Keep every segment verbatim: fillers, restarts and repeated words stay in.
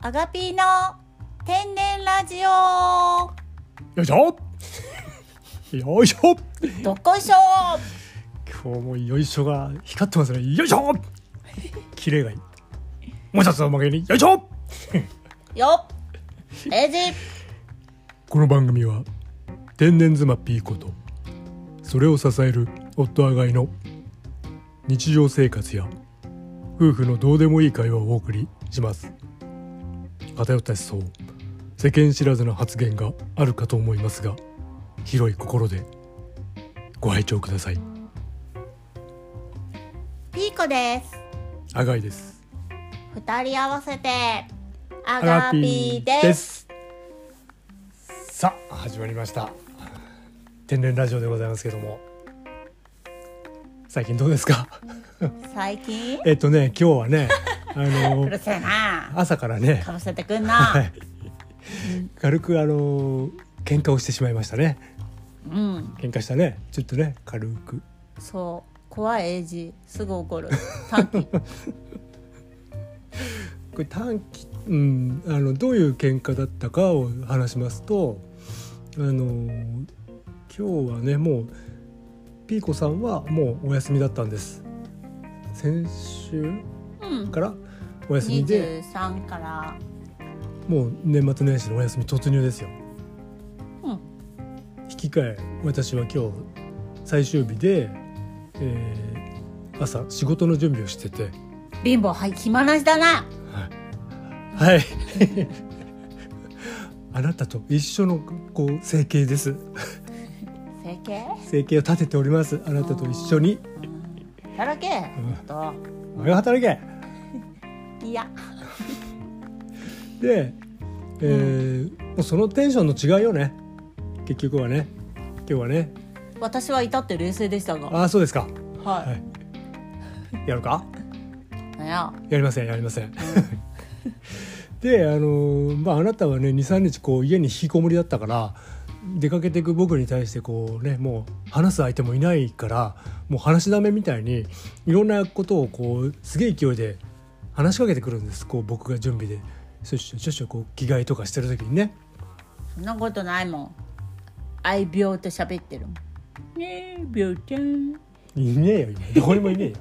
アガピーの天然ラジオ。 よいしょよいしょどっこいしょ。 今日もよいしょが光ってますね。よいしょキレがいい。もう一つおまけによいしょよっレジ。 この番組は天然妻ピーコとそれを支える夫アガイの日常生活や夫婦のどうでもいい会話をお送りします。偏った思想、世間知らずな発言があるかと思いますが、広い心でご拝聴ください。 ピーコです。 アガイです。 二人合わせてアアガガピピーです。 です。さあ始まりました天然ラジオでございますけども、最近どうですか？ 最近えっとね今日はねあのうるせえな、 朝からねかぶせてくんな、 はい軽くあの喧嘩をしてしまいましたね。 うん喧嘩したね、ちょっとね軽く。 そう怖いエイジすぐ怒る短期これ短期、うん、あのどういう喧嘩だったかを話しますと、あの今日はねもうピーコさんはもうお休みだったんです。先週うんからお休みにじゅで、 うさんからもう年末年始のお休み突入ですよ。 うん引き換え私は今日最終日で、えー朝仕事の準備をしてて、 貧乏はい暇なしだな。 はいあなたと一緒のこう生計です。 整形生計を立てております。あなたと一緒に。 働け、 んとお前が働け。 いやで、えーもうそのテンションの違いよね。結局はね。今日はね。 私は至って冷静でしたが、 ああそうですか。 ははい。やるか？ い、なんや、 やりませんやりません。であのまああなたはね にさんにちこう家に引きこもりだったから、出かけていく僕に対してこうねもう話す相手もいないから、もう話しだめみたいにいろんなことをこうすげえ勢いで話しかけてくるんです。こう僕が準備でしょっしょしょっしょこう着替えとかしてる時にね。 そんなことないもん。愛病と喋ってるもん。ねえ病ちゃん。 いねえよ今どこにもいねえよ。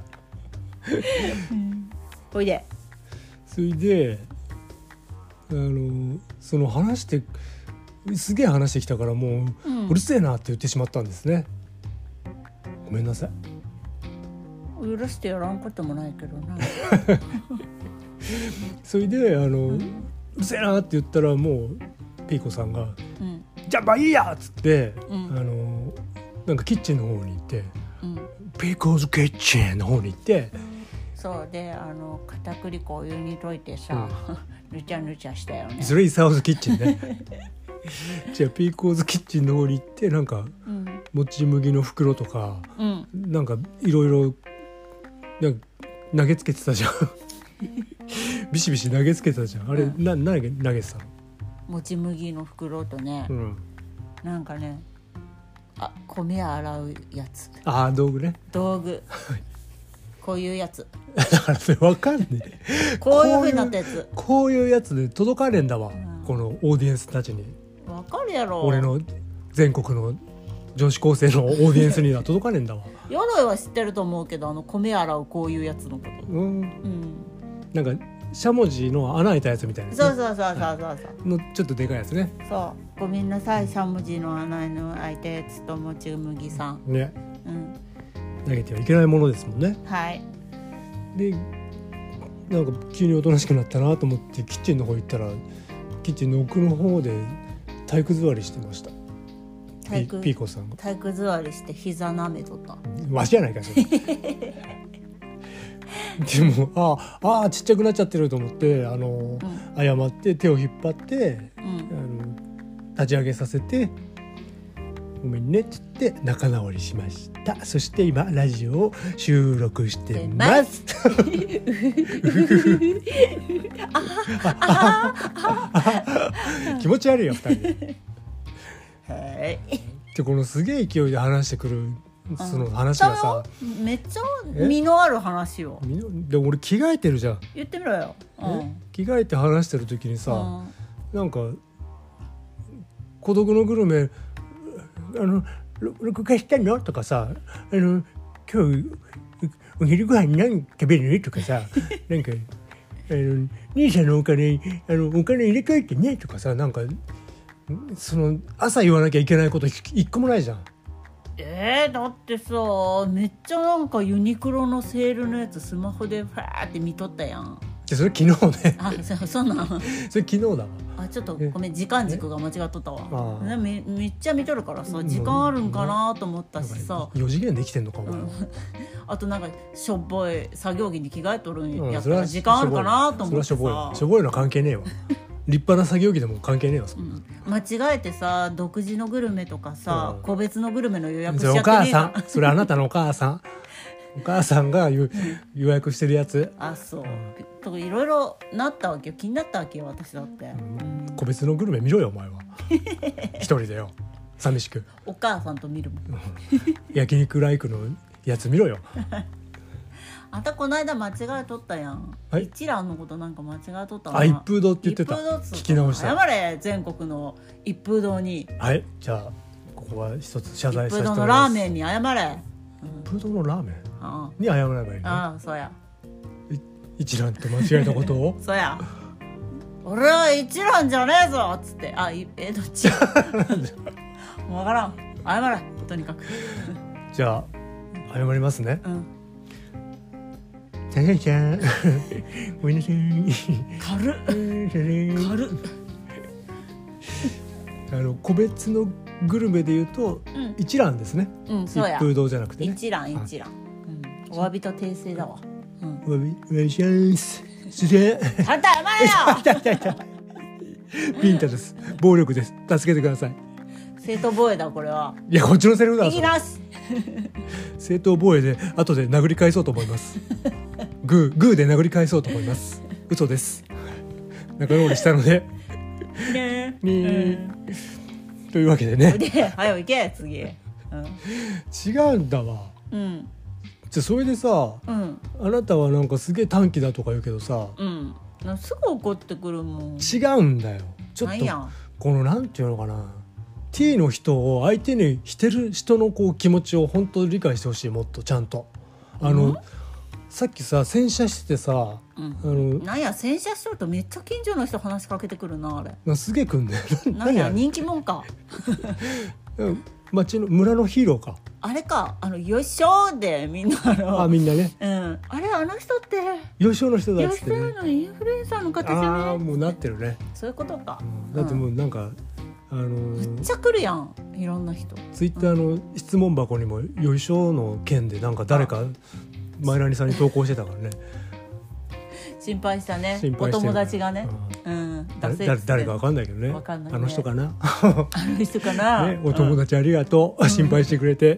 おいで。 それであのその話してすげえ話してきたからもう、うん、うるせえなって言ってしまったんですね。ごめんなさい。 許してやらんこともないけどな。 それであの、 うん、 うるせえなって言ったらもうピーコさんが、 うん、 じゃあまあいいやっつって、 うん、 あのなんかキッチンの方に行って、 うん、 ピーコズキッチンの方に行って、 そうであの片栗粉をお湯に溶いてさ、うん、ぬちゃぬちゃしたよね。 それイサオズキッチンね。じゃあピーコズキッチンの方に行ってなんか、うん、もち麦の袋とか、うん、なんかいろいろ投げつけてたじゃん。ビシビシ投げつけてたじゃんあれ、うん、な何投げてたの？ もち麦の袋とね、うん、なんかねあ米洗うやつ。 ああ道具ね。 道具こういうやつ。 だからそれ分かんねえ。 こういう風になったやつ。 こういうやつで届かねえんだわ、うん、このオーディエンスたちに。 分かるやろ。 俺の全国の女子高生のオーディエンスには届かねえんだわ。 鎧は知ってると思うけど、あの米洗うこういうやつのこと。うん。うん、 なんかしゃもじの穴開いたやつみたいな、ね。 そうそうそうそうそうそう。 のちょっとでかいやつね。 そう。ごめんなさい、しゃもじの穴の開いたやつともち麦さん。 ね。 うん。 投げてはいけないものですもんね。 はい。 で、なんか急におとなしくなったなと思ってキッチンの方行ったら、キッチンの奥の方で体育座りしてました。 体育ピーコさんが体育座りして膝舐めとった。 わしじゃないかそれ。でもあああちっちゃくなっちゃってると思ってあの、うん、謝って手を引っ張って、うん、あの立ち上げさせてごめんねって言って仲直りしました。そして今ラジオを収録してます。気持ち悪いよふたりで。はい。でこのすげえ勢いで話してくるその話がさ、 めっちゃ身のある話よ。 で俺着替えてるじゃん。 言ってみろよ、うん、 着替えて話してる時にさ、うん、なんか孤独のグルメあの録画したのとかさ、あの今日お昼ご飯何食べるとかさなんかあの兄さんのお金あのお金入れ替えてねとかさ、なんかその朝言わなきゃいけないこと一個もないじゃん。 えー、だってさめっちゃなんかユニクロのセールのやつスマホでファーって見とったやん。 でそれ昨日ね。 あ、そ, そうなんそれ昨日だわ。 あ、ちょっとごめん時間軸が間違っとったわ。め, めっちゃ見とるからさ時間あるんかなと思ったしさ、 よ次元できてんのかも、うん、 あとなんかしょっぽい作業着に着替えとるんやったら時間あるかなと思ってさ、 それはしょぼいのは関係ねえわ立派な作業着でも関係ねえわそんな、 うん、間違えてさ独自のグルメとかさ、うん、個別のグルメの予約しちゃってねえか。 お母さんそれあなたのお母さんお母さんが予約してるやつ。 あ、そう、うん、とかいろいろなったわけよ。気になったわけよ私だって、 うんうん、個別のグルメ見ろよお前は一人でよ寂しく。 お母さんと見るもん焼肉ライクのやつ見ろよあんたこの間間違えとったやん、はい、一蘭のことなんか間違えとったな。 あ、一風堂って言ってた。聞き直した。 謝れ全国の一風堂に。 はい、じゃあここは一つ謝罪させてもらいます。 一風堂のラーメンに謝れ。 一風堂のラーメンに謝ればいいね。 ああ、そうや。 一蘭と間違えたことをそうや。俺は一蘭じゃねえぞっつって。あ、えどっちもう分からん。謝れとにかくじゃあ謝りますね。うん。ちゃんちゃんごめんなさい。 軽っ軽っあの個別のグルメでいうと、うん、一蘭ですね、 うん、そうや。 一風堂じゃなくてね。 一蘭一蘭、うん、お詫びと訂正だわ、うん、 お詫びお願いします。失礼。 あんた謝れよビンタです。暴力です。助けてください。 正当防衛だこれは。 いやこっちのセリフだ。 いきなし正当防衛で後で殴り返そうと思いますグーグーで殴り返そうと思います。嘘です。仲直りしたのでねえ、ねうん、というわけでね。 はよ行け次、うん、 違うんだわ、うん、じゃあそれでさ、うん、あなたはなんかすげえ短気だとか言うけどさ、 うん、すぐ怒ってくるもん。 違うんだよ。ちょっとこのなんていうのかな、 T の人を相手にしてる人のこう気持ちを本当に理解してほしい。もっとちゃんとあの、うん、さっきさ洗車しててさ、うん、あのなんや洗車しとるとめっちゃ近所の人話しかけてくるな。あれなすげえくんねなんや人気者か町の村のヒーローか。 あれか、あのよいしょでみんなのあみんなね、 うん、あれあの人ってよいしょの人だっつってね。 よいしょのインフルエンサーの方じゃね。 ああもうなってるね。 そういうことか、 うん、だってもうなんか、あのー、 めっちゃ来るやんいろんな人。 ツイッターの質問箱にもよいしょの件でなんか誰かマイナニさんに投稿してたからね心配したね。お友達がね、うん、 誰, 誰か分かんないけどね。 分かんないね。 あの人かなあの人かな、 ね、お友達ありがとう、うん、心配してくれて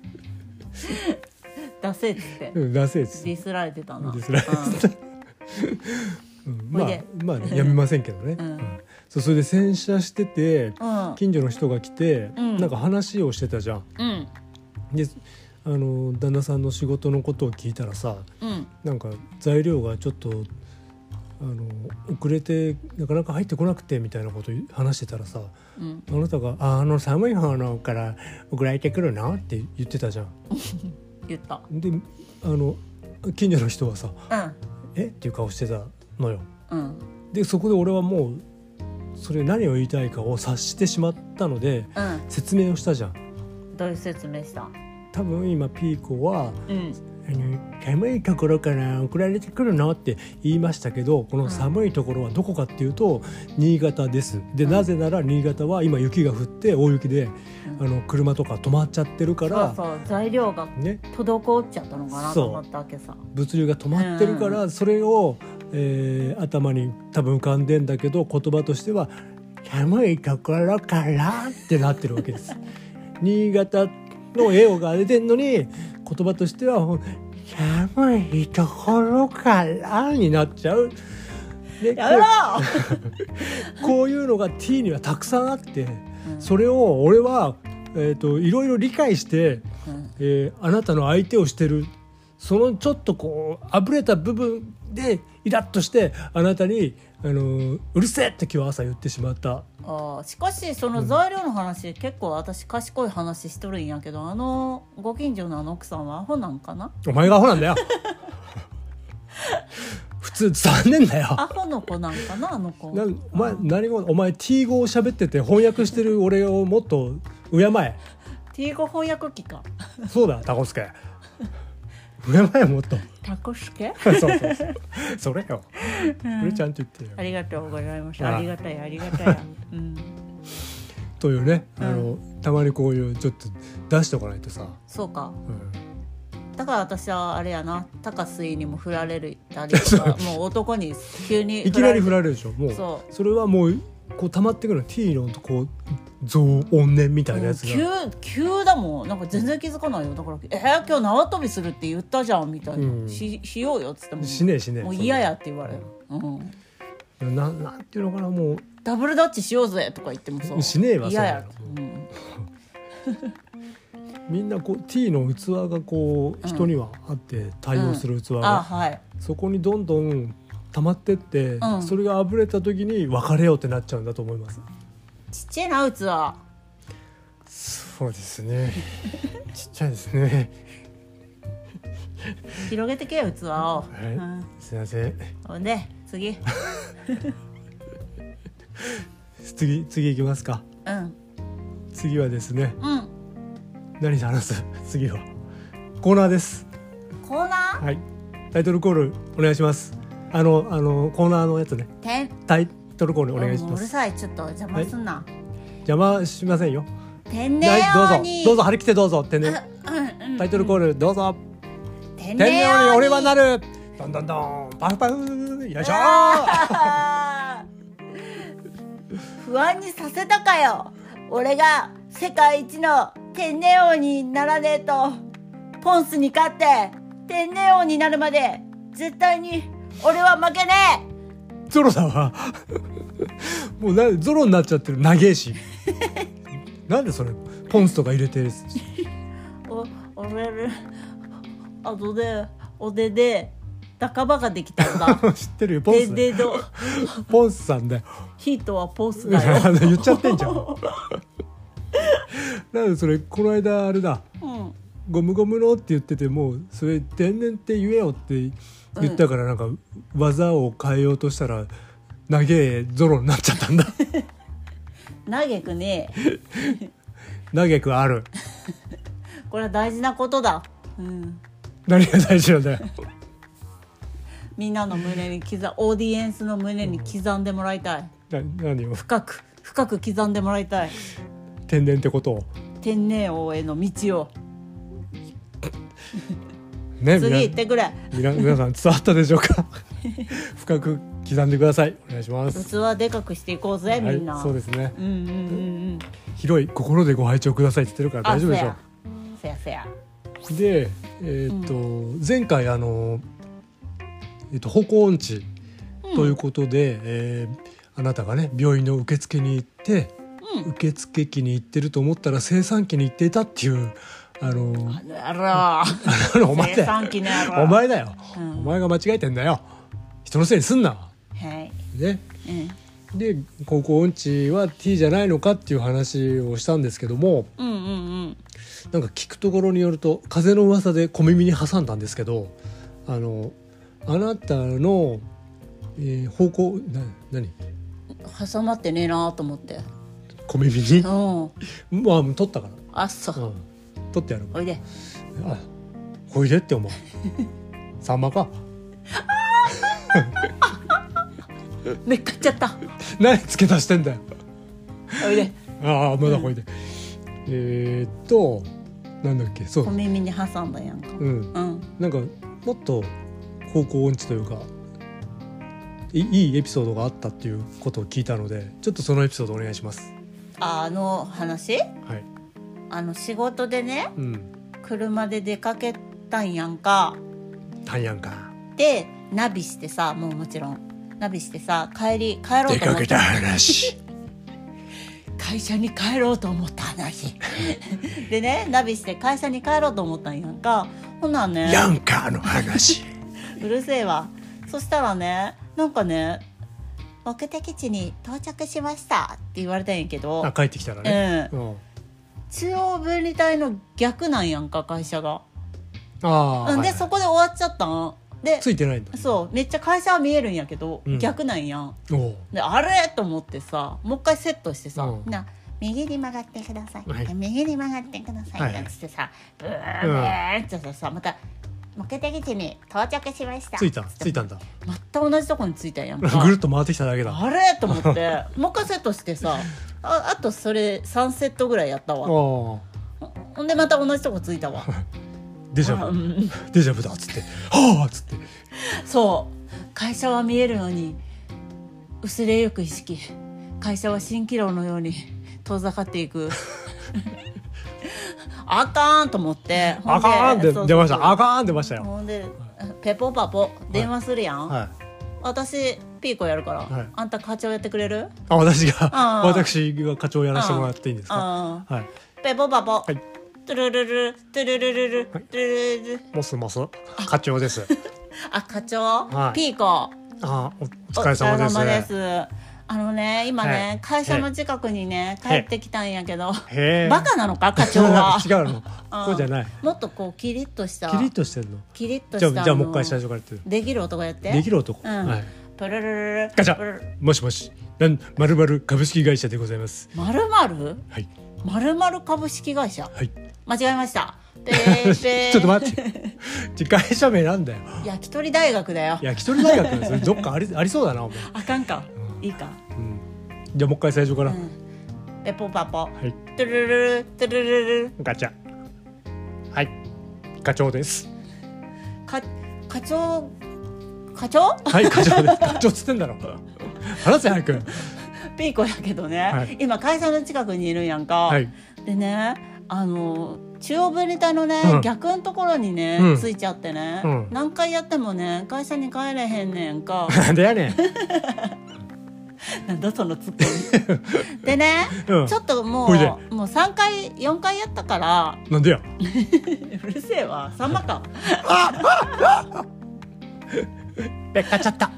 ダセーっつって、 うん、ダセーっつってディスられてたな。 ディスられてた、うん、まあまあやめませんけどね、うんうん、そうそれで洗車してて、うん、近所の人が来て、うん、なんか話をしてたじゃん、うん、であの旦那さんの仕事のことを聞いたらさ、うん、なんか材料がちょっとあの遅れてなかなか入ってこなくてみたいなことを話してたらさ、うん、あなたが あ, あの寒い方のから送られてくるのって言ってたじゃん言った。 であの近所の人はさ、 うん、 えっていう顔してたのよ、 うん、 でそこで俺はもうそれ何を言いたいかを察してしまったので、うん、説明をしたじゃん。 どういう説明した？ 多分今ピーコは、うん、あの寒いところから送られてくるのって言いましたけど、この寒いところはどこかっていうと新潟です。で、うん、なぜなら新潟は今雪が降って大雪で、うん、あの車とか止まっちゃってるから、 そうそう材料が滞っちゃったのかなと思ったわけさ。 物流が止まってるから、うん、それを、えー、頭に多分浮かんでんだけど言葉としては寒いところからってなってるわけです新潟の絵が出てんのに言葉としては寒いところからになっちゃう。でやめろこういうのが T にはたくさんあって、うん、それを俺はえー、といろいろ理解して、 うんえーあなたの相手をしてるそのちょっとこうあぶれた部分でイラッとしてあなたに、あのーうるせえって今日朝言ってしまった。 あーしかしその材料の話、うん、結構私賢い話しとるんやけど、あのご近所のあの奥さんはアホなんかな。 お前がアホなんだよ普通残念だよ。 アホの子なんかなあの子。 なお前何語お前 T 語を喋ってて翻訳してる俺をもっと敬え。 T 語翻訳機か。 そうだタコスケ敬えもっとタコスケそうそうそうそれよ、それちゃんと言ってよ。 ありがとうございます。ありがたいありがたい、うん、 というね、 うん、 あのたまにこういうちょっと出しておかないとさ。 そうか、 うん、 だから私はあれやな、高水にも振られたりとかもう男に急にいきなり振られるでしょ。もうそ, うそれはもうこう溜まってくる T のこう増怨念みたいなやつが、 急急だもん。なんか全然気づかないよ。だからえー、今日縄跳びするって言ったじゃんみたいな、うん、し, しようよっつってもしねえしねえもう嫌やって言われる、 うん、な, なんていうのかな、もうダブルダッチしようぜとか言ってもさしねえわ嫌や、 うん、みんなこう T の器がこう人にはあって対応する器が、うんあはい、 そこにどんどん溜まってって、 うん、 それがあぶれた時に別れようってなっちゃうんだと思います。 ちっちゃいな器。 そうですねちっちゃいですね広げてけよ器を、 はい、 うん、 すいません。 ほんで次次次いきますか。 うん次はですね、 うん、 何話す次はコーナーです。 コーナー、 はい、タイトルコールお願いします。あのあのコーナーのやつね、タイトルコールお願いします。 うるさい、ちょっと邪魔すんな、はい、 邪魔しませんよ。 天然王にどうぞどうぞ張り切ってどうぞ天然、うんうん、タイトルコールどうぞ。天然王に俺はなる。どんどんどんパフパフよいしょ不安にさせたかよ。俺が世界一の天然王にならねえとポンスに勝って天然王になるまで絶対に俺は負けねえ。ゾロだわもうなゾロになっちゃってる。長えしなんでそれポンスとか入れてるお俺あとでおでで仲間ができたんだ知ってるよポンスででどポンスさんだよ。 ヒートはポンスだよ言っちゃってんじゃんなんでそれこの間あれだ、うん、ゴムゴムのって言っててもうそれ天然って言えよって言ったから、なんか技を変えようとしたら長えゾロになっちゃったんだ長くねえ長くあるこれは大事なことだ、うん、 何が大事なんだよみんなの胸に刻オーディエンスの胸に刻んでもらいたい、 うん、な何を深く深く刻んでもらいたい。 天然ってことを天然王への道をね、 次行ってくれ。 皆さん伝わったでしょうか深く刻んでください。お願いします。 器でかくしていこうぜ、みんな、 はい、そうですね、 うんうんうんうん、 広い心でご拝聴くださいって言ってるから大丈夫でしょう。 せやせやで、えーっとうん、前回あの、えーっと方向音痴ということで、うんえー、あなたがね病院の受付に行って、うん、受付機に行ってると思ったら生産機に行っていたっていうあのあらあのお前だよお前だよ、うん、お前が間違えてんだよ。人のせいにすんな。 はいね、 うん、 で高校音痴は T じゃないのかっていう話をしたんですけども、 うんうんうん、 なんか聞くところによると風の噂で小耳に挟んだんですけど、あのあなたの、えー、方向な何挟まってねえなと思って小耳に、 うん、 まあ取ったからあっそう、 うん、取ってやる。 おいであおいでってお前さんまかめっかっちゃった何付け足してんだよおいでああまだおいで、うん、えー、っとなんだっけそう小耳に挟んだやんか、 うんうん、なんかもっと方向音痴というかいいエピソードがあったっていうことを聞いたのでちょっとそのエピソードお願いします。 あ, あの話、 はい、 あの仕事でね、 うん、車で出かけたんやんかたんやんかでナビしてさもうもちろんナビしてさ帰り帰ろうと思って出かけた話会社に帰ろうと思った話でね、ナビして会社に帰ろうと思ったんやんか。ほなね、 ヤンカーの話うるせえわ。そしたらね、なんかね、目的地に到着しましたって言われたんやけど、 あ帰ってきたらね、 うんうん、 中央分離帯の逆なんやんか会社が。 ああ、 うん、で、 はいはい、 そこで終わっちゃったんで、 ついてないんだ。 そうめっちゃ会社は見えるんやけど、 うん逆なんやん。 おうであれと思ってさ、もう一回セットしてさ、 うんな右に曲がってください、 はい、 右に曲がってください、 はいなんつってさ、ブーンってさ、また目的地に到着しました。 ついたついたんだ。 また同じとこに着いたやんかぐるっと回ってきただけだ。 あれと思ってもう一回セットしてさ、あ, あとそれさんセットぐらいやったわ。 あほんでまた同じとこ着いたわデジャブ、 うん、 デジャブだっつってはあっつって、 そう会社は見えるのに薄れゆく意識、会社は蜃気楼のように遠ざかっていくあかんと思って、 あかんって出ました。あかん出ましたよ。 ほんでペポパポ電話するやん、 はい、 私ピーコやるから、 はい、 あんた課長やってくれる？ あ私があ私が課長やらせてもらっていいんですか？はい、 ペポパポ、 はい、 トゥルルルトゥルルルルトゥルルル、 モスモス課長です。 あ課長、 はい、 ピーコ、 あお疲れ様です。 お疲れ様です。あのね今ね、 はい、 会社の近くにね帰ってきたんやけど、 へバカなのか課長は違うのこうじゃない、 もっとこうキリッとしたキリッとしてるの、 キリッとしたじゃあ、じゃあもう一回最初からやってる。 できる男やって。 できる男、 うん、はい、プルルルルガチャ、もしもし、なんまるまる株式会社でございます。 まるまる、 はい、 まるまる株式会社、 はい、 間違えました。ペーペーちょっと待って会社名なんだよ。 焼き鳥大学だよ。 焼き鳥大学それどっかありありそうだなお前。 あかんか、 うん、 いいか、 うん、じゃあもう一回最初から、うん、 ペポパポ、 はい、 トゥルルルトゥルルルガチャ、はい課長です。 か課長課長はい課長です課長つってんだろ話せ早く。 ピーコやけどね、はい、今会社の近くにいるんやんか、はい、でねあの中央分離帯のね、うん、逆のところにね、うん、ついちゃってね、うん、何回やってもね会社に帰れへんねんか。 なんでやねんなんだそのツッコミでね、うん、ちょっともうもうさんかいよんかいやったから。 なんでやうるせえわ、さんまかべっかっちゃった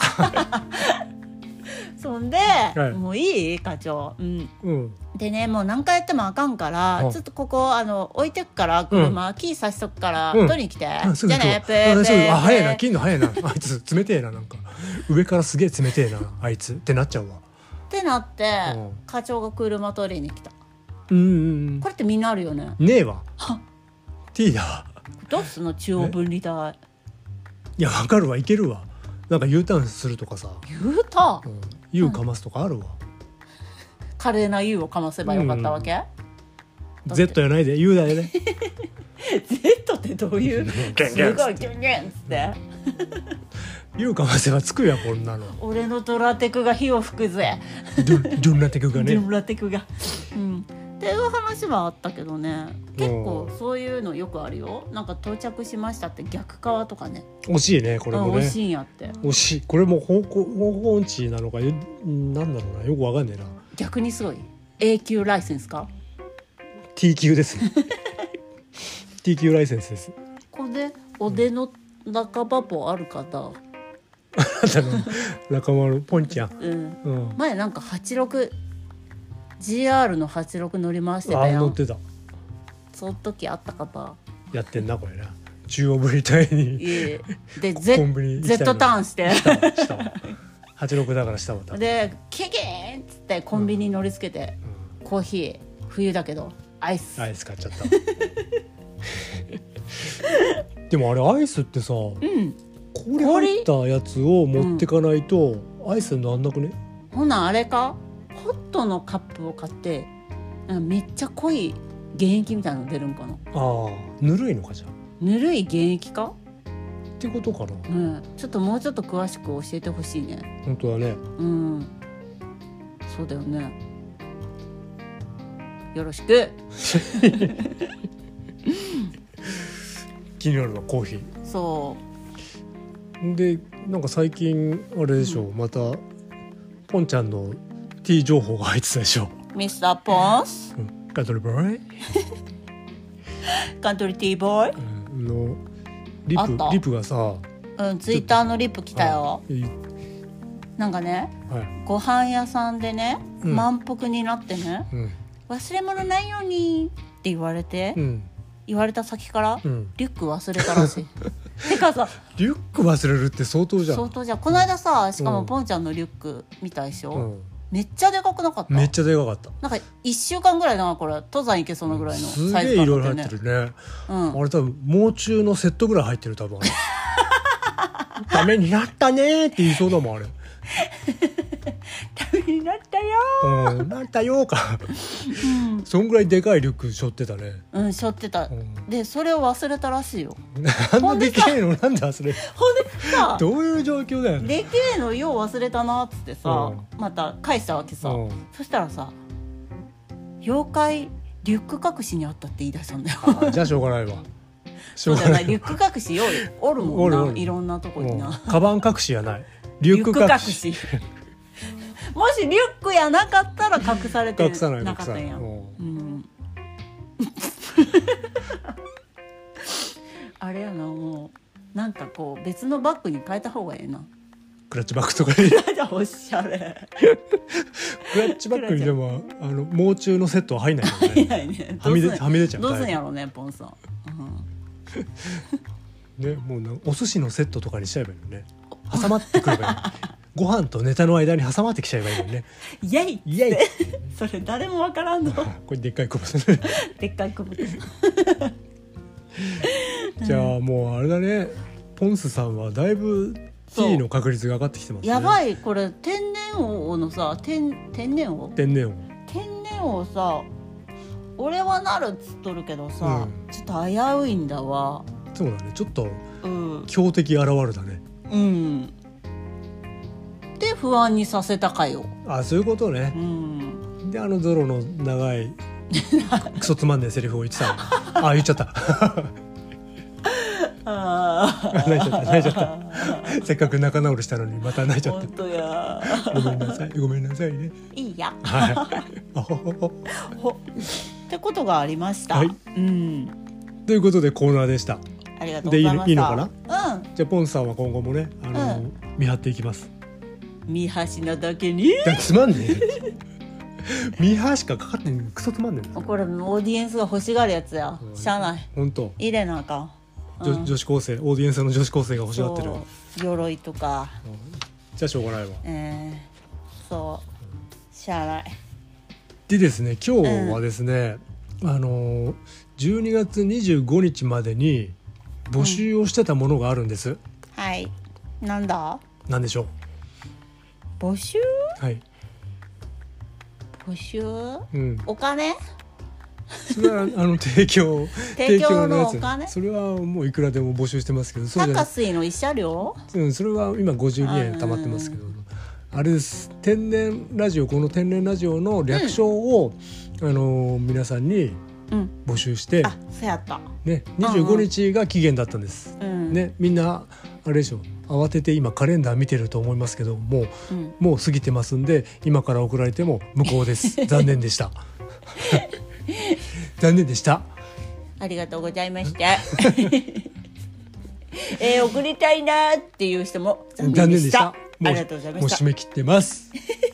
そんで、はい、もういい課長、うんうん、でねもう何回やってもあかんから、うん、ちょっとここあの置いてくから車、うん、キーさしとくから、うん、取りに来て、うん、じゃあね、ペーペー、 あ早いな、切んの早いなあいつ冷てえな、なんか上からすげえ冷てえなあいつってなっちゃうわってなって、うん、課長が車取りに来た。 うんうん、 これってみんなあるよね。 ねえわ T だわ。 どうすんの中央分離帯。 いや分かるわ、いけるわ。なんか U ターンするとかさ、 U ターン、うん、 U かますとかあるわ、うん、 華麗な U をかませばよかったわけ、 うん、Z やないで U だよね Z ってどういうすごいギュンギュンっつって U かませばつくやこんなの。 俺のドラテクが火を吹くぜド, ドラテクがねドラテクが、うんっていう話はあったけどね、結構そういうのよくあるよ。なんか到着しましたって逆側とかね。 惜しいねこれもね。 惜しいんやって。 惜しい。これも方向方向音痴なのかなんだろうな、よくわかんねえな。 逆にすごい A 級ライセンスか T 級ですT 級ライセンスです。 これでおでの中パポある方、あなたの仲間のポンちゃん、 うんうん、前なんかはちじゅうろくジーアール のはちじゅうろく乗り回してたやん。 あ乗ってた。 その時あった方やってんなこれな。中央分離帯にいえで Z, Z ターンしてしたわはちじゅうろくだからしたわ。 でキキーンっつってコンビニに乗りつけて、うん、コーヒー冬だけどアイスアイス買っちゃったでもあれアイスってさ、うん、氷入ったやつを持ってかないと、うん、アイスになんなくね。 ほなあれか、ホットのカップを買ってめっちゃ濃い原液みたいなの出るんかな。 ああぬるいのかじゃあ。 ぬるい原液かってことかな、 うん、ちょっともうちょっと詳しく教えてほしいね。 本当だね。 うんそうだよね、よろしく気になるわコーヒー。 そうでなんか最近あれでしょ、うん、またポンちゃんの T 情報が入ってたでしょ。 ミスターポンス、 うん、カントリーボーイカントリーティーボーイ、 うん、のリップリップがさ、 うん、ツイッターのリップ来たよ。なんかね、 はい、 ご飯屋さんでね、 うん、 満腹になってね、うん、忘れ物ないようにって言われて、うん、言われた先から、うん、リュック忘れたらしいてかさ、 リュック忘れるって相当じゃん。 相当じゃん。この間さ、しかもポンちゃんのリュック見たでしょ、うん、めっちゃでかくなかった？ めっちゃでかかった。 なんかいっしゅうかんぐらいだな、これ登山行けそうなぐらいのサイズ感だったよね。すげえいろいろ入ってるね、うん、あれ多分もう中のセットぐらい入ってる多分ダメになったねって言いそうだもんあれダメになったよー、うん、なったよーか、うん、そんぐらいでかいリュック背負ってたね。 うん背負ってた、うん、でそれを忘れたらしいよ。 なんででけえのなんで忘れるほんでさどういう状況だよね。 でけえのよう忘れたなっつってさ、うん、また返したわけさ、うん、そしたらさ妖怪リュック隠しにあったって言い出したんだよ。 あじゃあしょうがないわ。 そうじゃない、リュック隠しよおるもんな、いろんなとこにな。 カバン隠しやない、リュック隠し。 もしリュックやなかったら隠されてなかったんや。うん、あれやな、もうなんかこう別のバッグに変えた方がいいな。 クラッチバッグとかにおしゃれクラッチバッグにでもあのもう中のセットは入んないからね。入んないね。はみ出はみ出ちゃう。 どうすんやろうねポンさん、 うん、ね、もうなお寿司のセットとかにしちゃえばいいのね。挟まってくればいいご飯とネタの間に挟まってきちゃえばいいのね。 イエイイエイそれ誰もわからんのこれでっかい小物でっかい小物じゃあもうあれだね、ポンスさんはだいぶ T の確率が上がってきてますね。 やばい、これ天然王のさ、天, 天然王天然王天然王さ、俺はなるっつっとるけどさ、うん、ちょっと危ういんだわ。 そうだね、ちょっと、うん、強敵現るだね。 うんで不安にさせたかよ。 あ、そういうことね、うん、であのゾロの長いクソつまんねえセリフを言ってたあ、言っちゃったあ泣いちゃった泣いちゃったせっかく仲直りしたのにまた泣いちゃった。 本当やごめんなさいごめんなさいね。 いいや、 はいほってことがありました、はい、うん、 ということでコーナーでした。 ありがとうございました。 でいいのかな。うん、じゃあポンさんは今後もね、あの、うん、見張っていきます。見端なだけにつまんねえ見端しかかかってんクソつまんねえ。 これオーディエンスが欲しがるやつや、うん、しゃあない。 本当入れなあかん、 うん、女子高生、オーディエンスの女子高生が欲しがってる鎧とか、 うん、じゃあしょうがないわ。 えー、そうしゃあない。 でですね、今日はですね、うん、あのじゅうにがつにじゅうごにちまでに募集をしてたものがあるんです、うん、 はい、なんだなんでしょう。 募集、 はい、 募集、うん、お金それはあの提供提供のお金、 それはもういくらでも募集してますけど、 高水の慰謝料、 うん、それは今ごじゅうにえん貯まってますけど、あれです、天然ラジオ、この天然ラジオの略称を、うん、あの皆さんに募集して、うん、 あ、そうやった、 ね、にじゅうごにちが期限だったんです、うんね、みんなあれでしょ、慌てて今カレンダー見てると思いますけどもう、うん、もう過ぎてますんで、今から送られても無効です残念でした残念でした。 ありがとうございましたえー、送りたいなっていう人も残念でした。ありがとうございました。 もう締め切ってます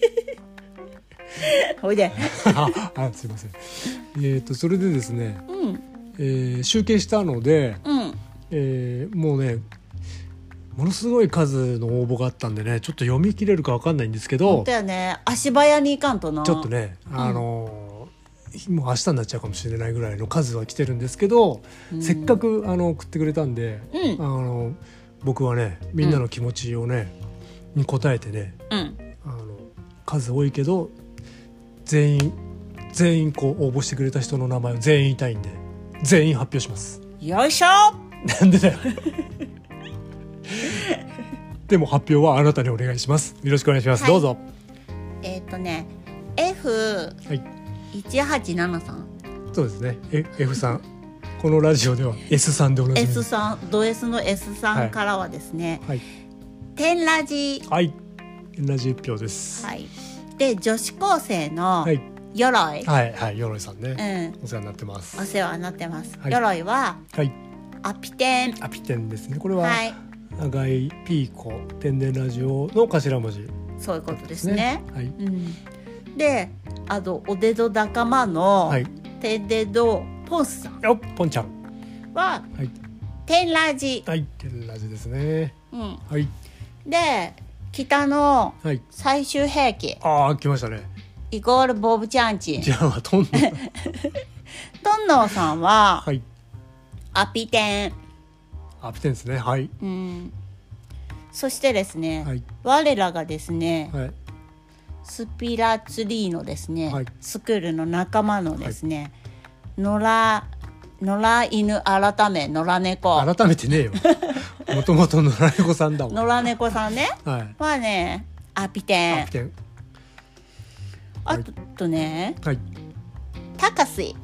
ほいでああ、すいません。えーとそれでですね、うんえー、集計したので、うんえー、もうねものすごい数の応募があったんでね、ちょっと読み切れるか分かんないんですけど、 本当やね、足早に行かんとな。 ちょっとね、あのーうん、もう明日になっちゃうかもしれないぐらいの数は来てるんですけど、うん、せっかくあの送ってくれたんで、うん、あの僕はねみんなの気持ちをね、うん、に応えてね、うん、あの数多いけど全員全員こう応募してくれた人の名前を全員言いたいんで全員発表します。 よいしょなんでだよでも発表はあなたにお願いします。よろしくお願いします、はい、どうぞ。 えっ、ー、とね エフいちはちななさん、 そうですね、F さんこのラジオでは S さんでおなじみ S さん、ド S の S さんからはですね、はいはい、天ラジ、 はい、天ラジいっぴょうです、 はい、で女子高生の鎧、 はいはい、鎧さんうね、 ん、 お世話になってます。 お世話になってます、 はい鎧ははい、 アピテン、 アピテンですね。これは、 はい、 赤いピーコ天然ラジオの頭文字そういうことですね。 はい、 うん、で、あとおでど仲間のはい、 テデドポンスさんよっポンちゃん、 ははい天ラジ、 はい、天ラジですね。 うん、 はいで北のはい、 最終兵器ああ来ましたね。 イコールボブチャンチン、 じゃあトンノトンノーさんははい、 アピテン、 アピテンですね。はい、 うん、そしてですね、 はい我らがですね、 はい、 スピラツリーのですね、 はいスクールの仲間のですね、野良野良犬改め野良猫、 改めてねえよ。もともとの野良猫さんだもん。 野良猫さんねはい、 はねアピテン、 アピテン、 あとねはい、 タカスイ、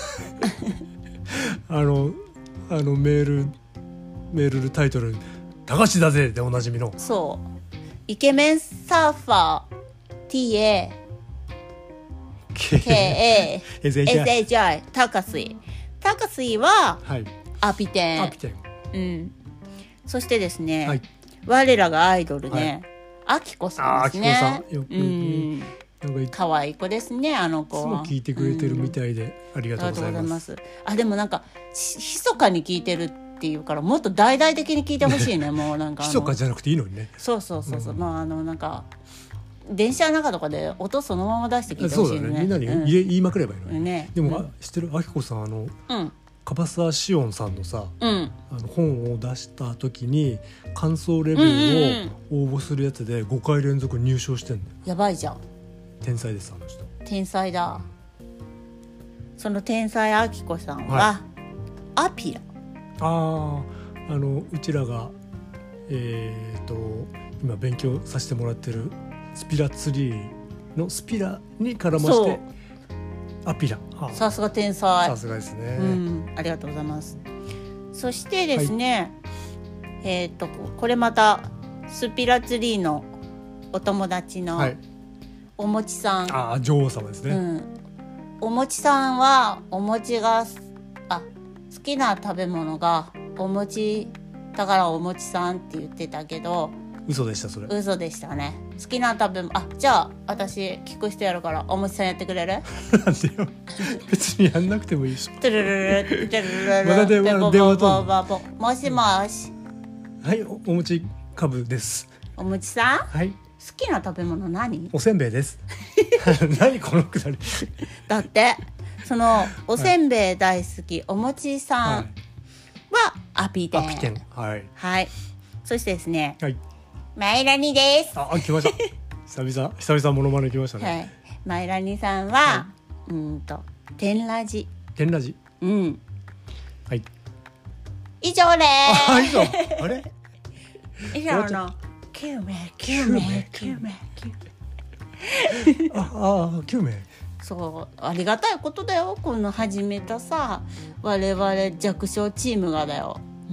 あのあのメールメールタイトル「高橋だぜ」でおなじみのそうイケメンサーファー ティーエーケーエー エス エイチアイ タカスイ、タカスイははい、 アピテン、 アピテン、 うん、そしてですね、 はい、 我らがアイドルね、アキコさんですね。 あーアキコさんよくうん、 なんかいつ可愛い子ですね、あの子は。 も聞いてくれてるみたいで、ありがとうございます。 す。あ、でもなんかひ密かに聞いてるっていうからもっと大々的に聞いてほしいね。もうなんかあの密かじゃなくていいのにね。 そうそうそうそう、 うんまああのなんか電車の中とかで音そのまま出して聞いてほしいね。 そうだね。みんなに言え、言いまくればいいのに。 ね。 でも、 うんあ知ってるあきこさんあのうん樺沢しおんさんのさ、 うんあの本を出した時に感想レビューを応募するやつでごかい連続入賞してんのよ。 やばいじゃん。 天才ですあの人。 天才だ。その天才あきこさんは、 はアピラ。 あああのうちらがえっ、と今勉強させてもらってるスピラツリーのスピラに絡ましそうてアピラ。あさすが天才。 さすがですね。 うん、ありがとうございます。そしてですね、えっとこれまたスピラツリーのお友達のはい。 おもちさん、 ああ女王様ですね。 うん、おもちさんはお餅があ好きな食べ物がお餅だからおもちさんって言ってたけど嘘でしたそれ。 嘘でしたね。好きな食べ物、あじゃあ私聞く人やるからおもちさんやってくれる？ なんでよ。別にやんなくてもいいし。 トゥルルルトゥルルルまた電話ペポ電話ポとポポポもしもしはいお、お餅株です。 おもちさん好はいきな食べ物何？ おせんべいです。何このくだり。 だってそのおせんべい大好きおもちさんはアピテン、 アピテンはいはいそしてですねはい。 マイラニですあ来ました。久々久々モノマネ来ましたね。 はいマイラニさんは、 はうーんと天ラジ天ラジうんはい。 以上であ以上あれす以上のきゅうめいきゅうめいきゅうめいきゅうめいああきゅうめい。 そうありがたいことだよこの始めたさ我々弱小チームがだよ、うん、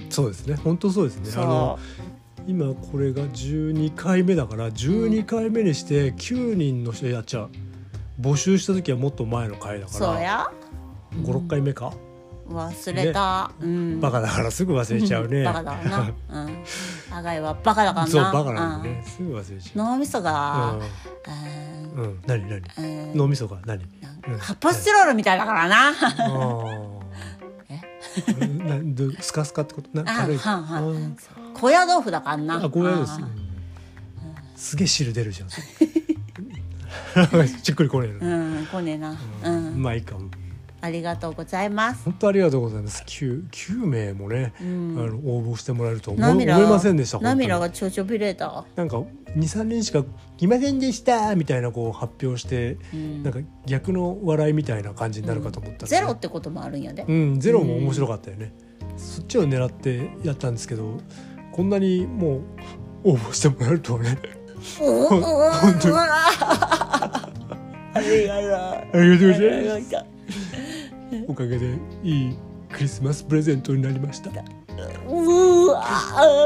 そうですね本当そうですね。 そうあの今これがじゅうにかいめだからじゅうにかいめにしてきゅうにんの人やっちゃう。募集した時はもっと前の回だからそうやご、ろっかいめか、 忘れた、うん、 バカだからすぐ忘れちゃうね。 バカだからな、うん、アガイはバカだからなそうバカなんでね、すぐ忘れちゃう。 脳みそが、 うん、うん、何何、 うん脳みそが何、うん発泡スチロールみたいだからな、 あえなどスカスカってことな軽い。 はんはんうん高野豆腐だからな。 あごめんです、 あうんすげえ汁出るじゃんしっくりこねえうな、 ん来ねえな、 ううんん、 まあいいかも。 ありがとうございます本当ありがとうございます。 きゅう, きゅうめいもね、 んあの応募してもらえると思い涙思いませんでした。本当に涙がちょちょびれた、 なんか にさんにんしか来ませんでしたみたいなこう発表して、 うんなんか逆の笑いみたいな感じになるかと思ったら、ねゼロってこともあるんやで、 うんゼロも面白かったよね、そっちを狙ってやったんですけどこんなにもう応募してもらえるとはねおお本当にありがとうありがとうございまありがとうす。おかげでいいクリスマスプレゼントになりました。 うわ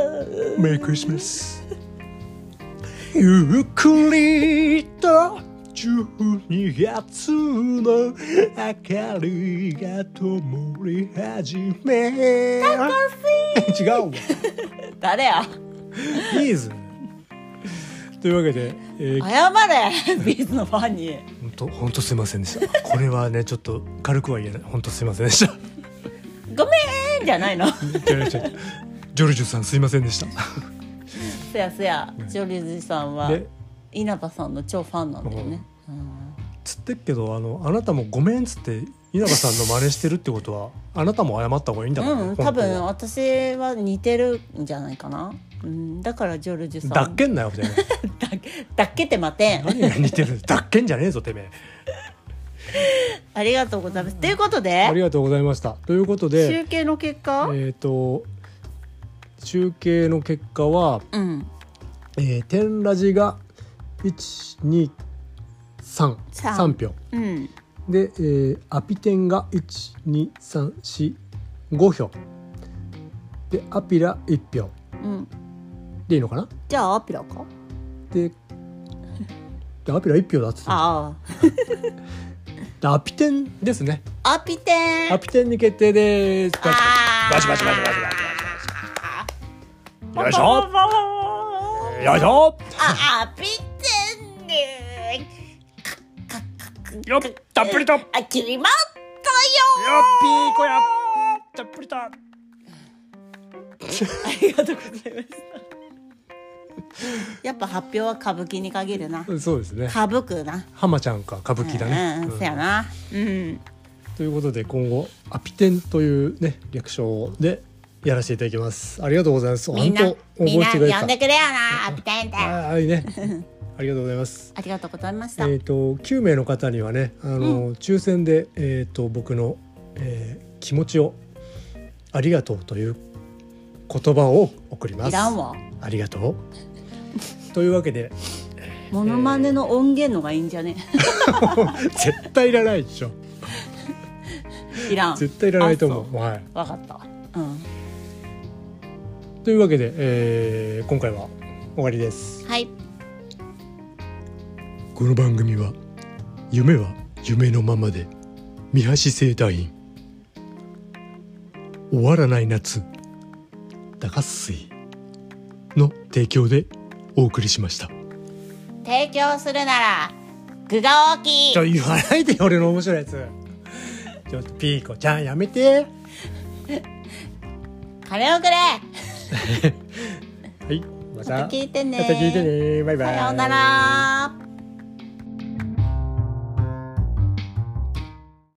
メリークリスマス。ゆっくりとじゅうにがつの明かりが灯り始め高違うわ誰やビーズというわけで、えー、 謝れビーズのファンに。 本当本当すいませんでしたこれはねちょっと軽くは言えない本当すいませんでしたごめんじゃないの違う違うジョルジュさんすいませんでしたそやそやジョルジュさんはで稲葉さんの超ファンなんだよね、うん、 つってっけどあのあなたもごめんっつって稲葉さんの真似してるってことはあなたも謝った方がいいんだからね、 うん、多分私は似てるんじゃないかな、うん、だからジョルジュさんだっけんなよてめえだっけてまてん何が似てるだっけんじゃねえぞてめえありがとうございますということでありがとうございましたということで集計の結果えっ、ー、と集計の結果は、 うんえー、天ラジがいちにさん さん票、 うん、 で、えー、アピテンがいちにさんしご票でアピラいち票、うん、でいいのかな。 じゃあアピラかででアピラいち票だっつってあでアピテンですね。 アピテンアピテンに決定です。 バチバチバチバチバチバチバチよいしょよいしょあアピテンねよったっぷりとあ決まったよっぴーこやたっぷりとありがとうございましたやっぱ発表は歌舞伎に限るな。 そうですね。 歌舞伎な浜ちゃんか歌舞伎だね、 うんうん、そうやな、うん、 ということで今後アピテンというね略称でやらせていただきます。ありがとうございます。 みんな本当みんな覚えてくれた呼んでくれよなアピテンってはいねありがとうございます。 ありがとうございました。 えっ、ー、ときゅうめいの方にはねあの、うん、抽選でえっ、ー、と僕の、えー、気持ちをありがとうという言葉を送ります。 いらんわ。 ありがとうというわけでモノマネの音源のがいいんじゃね絶対いらないでしょいらん絶対いらないと思う。はい、 分かった、うん、 というわけで、えー、今回は終わりです。 はい。 この番組は夢は夢のままで三橋整体院終わらない夏高水の提供でお送りしました。 提供するなら具が大きいちょ言わないで俺の面白いやつちょっとピーコちゃんやめて金をくれはいまたまた聞いてねまた聞いてねバイバイさようなら。